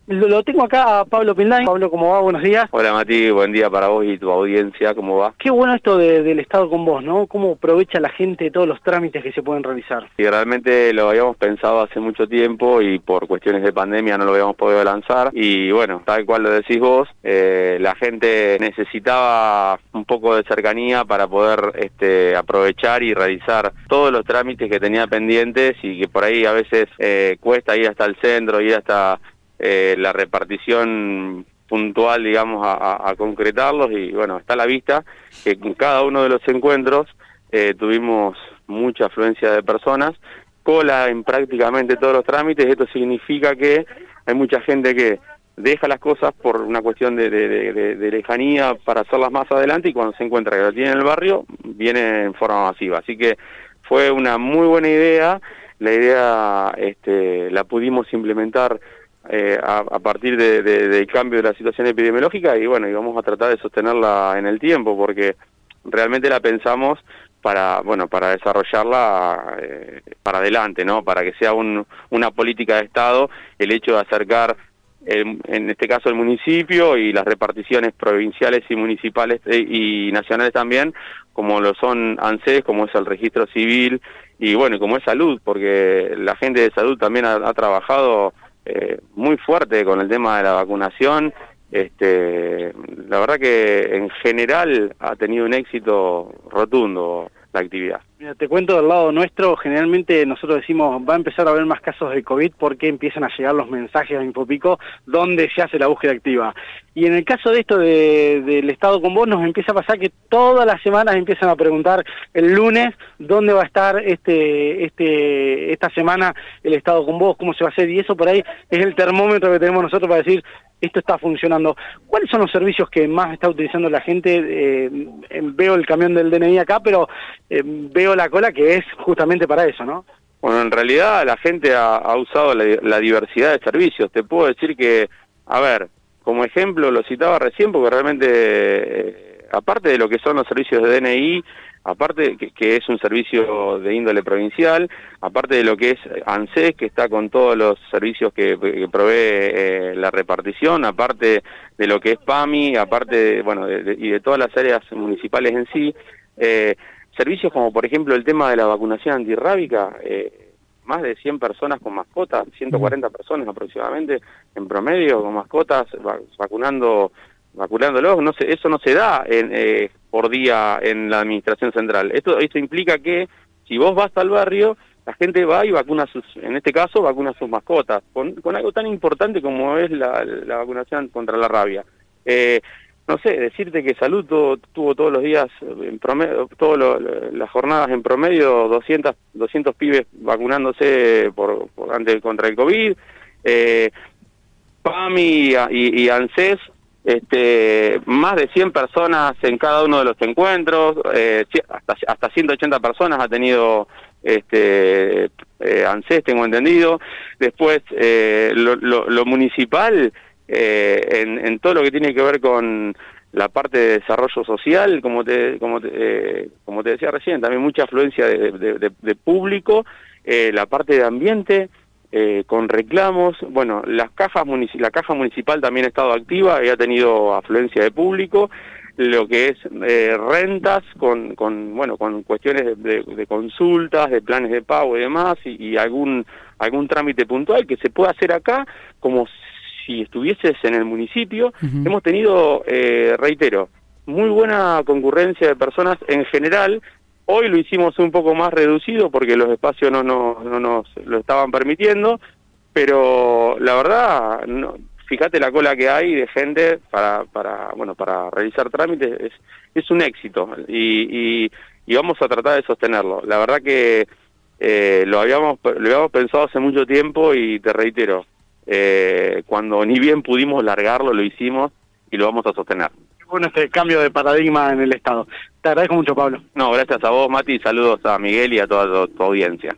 Lo tengo acá a Pablo Pinday. Pablo, ¿cómo va? Buenos días. Hola Mati, buen día para vos y tu audiencia, ¿cómo va? Qué bueno esto del Estado con vos, ¿no? Cómo aprovecha la gente todos los trámites que se pueden realizar. Y realmente lo habíamos pensado hace mucho tiempo y por cuestiones de pandemia no lo habíamos podido lanzar y bueno, tal cual lo decís vos, la gente necesitaba un poco de cercanía para poder aprovechar y realizar todos los trámites que tenía pendientes y que por ahí a veces cuesta ir hasta el centro, ir hasta la repartición puntual, digamos, a concretarlos y bueno, está a la vista que en cada uno de los encuentros tuvimos mucha afluencia de personas, cola en prácticamente todos los trámites. Esto significa que hay mucha gente que deja las cosas por una cuestión de lejanía para hacerlas más adelante y cuando se encuentra que lo tiene en el barrio, viene en forma masiva. Así que fue una muy buena idea. La idea la pudimos implementar a partir del cambio de la situación epidemiológica y bueno, y vamos a tratar de sostenerla en el tiempo porque realmente la pensamos para desarrollarla para adelante, ¿no? Para que sea una política de Estado el hecho de acercar en este caso el municipio y las reparticiones provinciales y municipales y nacionales también, como lo son ANSES, como es el registro civil y bueno, como es salud, porque la gente de salud también ha trabajado muy fuerte con el tema de la vacunación. La verdad que en general ha tenido un éxito rotundo la actividad. Mira, te cuento del lado nuestro, generalmente nosotros decimos va a empezar a haber más casos de COVID porque empiezan a llegar los mensajes a Infopico donde se hace la búsqueda activa. Y en el caso de esto del Estado con vos nos empieza a pasar que todas las semanas empiezan a preguntar el lunes dónde va a estar esta semana el Estado con vos, cómo se va a hacer, y eso por ahí es el termómetro que tenemos nosotros para decir esto está funcionando. ¿Cuáles son los servicios que más está utilizando la gente? Veo el camión del DNI acá, pero veo la cola que es justamente para eso, ¿no? Bueno, en realidad la gente ha usado la diversidad de servicios. Te puedo decir que, a ver, como ejemplo lo citaba recién porque realmente, aparte de lo que son los servicios de DNI, aparte que es un servicio de índole provincial, aparte de lo que es ANSES, que está con todos los servicios que provee la repartición, aparte de lo que es PAMI, aparte y de todas las áreas municipales en sí, servicios como por ejemplo el tema de la vacunación antirrábica, más de 100 personas con mascotas, 140 personas aproximadamente en promedio con mascotas vacunándolos. No sé, eso no se da por día en la administración central. Esto implica que si vos vas al barrio, la gente va y vacuna en este caso vacuna sus mascotas, con algo tan importante como es la vacunación contra la rabia. No sé, decirte que Salud tuvo todos los días, en promedio, las jornadas en promedio, 200 pibes vacunándose contra el COVID, PAMI y ANSES, más de 100 personas en cada uno de los encuentros, hasta 180 personas ha tenido ANSES, tengo entendido. Después, lo municipal, en todo lo que tiene que ver con la parte de desarrollo social, como te decía recién, también mucha afluencia de público, la parte de ambiente, con reclamos. Bueno, la caja municipal también ha estado activa y ha tenido afluencia de público, lo que es rentas con cuestiones de consultas, de planes de pago y demás, y algún trámite puntual que se puede hacer acá como si estuvieses en el municipio. Hemos tenido, reitero, muy buena concurrencia de personas en general. Hoy lo hicimos un poco más reducido porque los espacios no nos lo estaban permitiendo, pero la verdad, fíjate la cola que hay de gente para realizar trámites, es un éxito y vamos a tratar de sostenerlo. La verdad que lo habíamos pensado hace mucho tiempo y te reitero, cuando ni bien pudimos largarlo, lo hicimos y lo vamos a sostener. Bueno, este cambio de paradigma en el Estado. Te agradezco mucho, Pablo. No, gracias a vos, Mati, saludos a Miguel y a toda tu audiencia.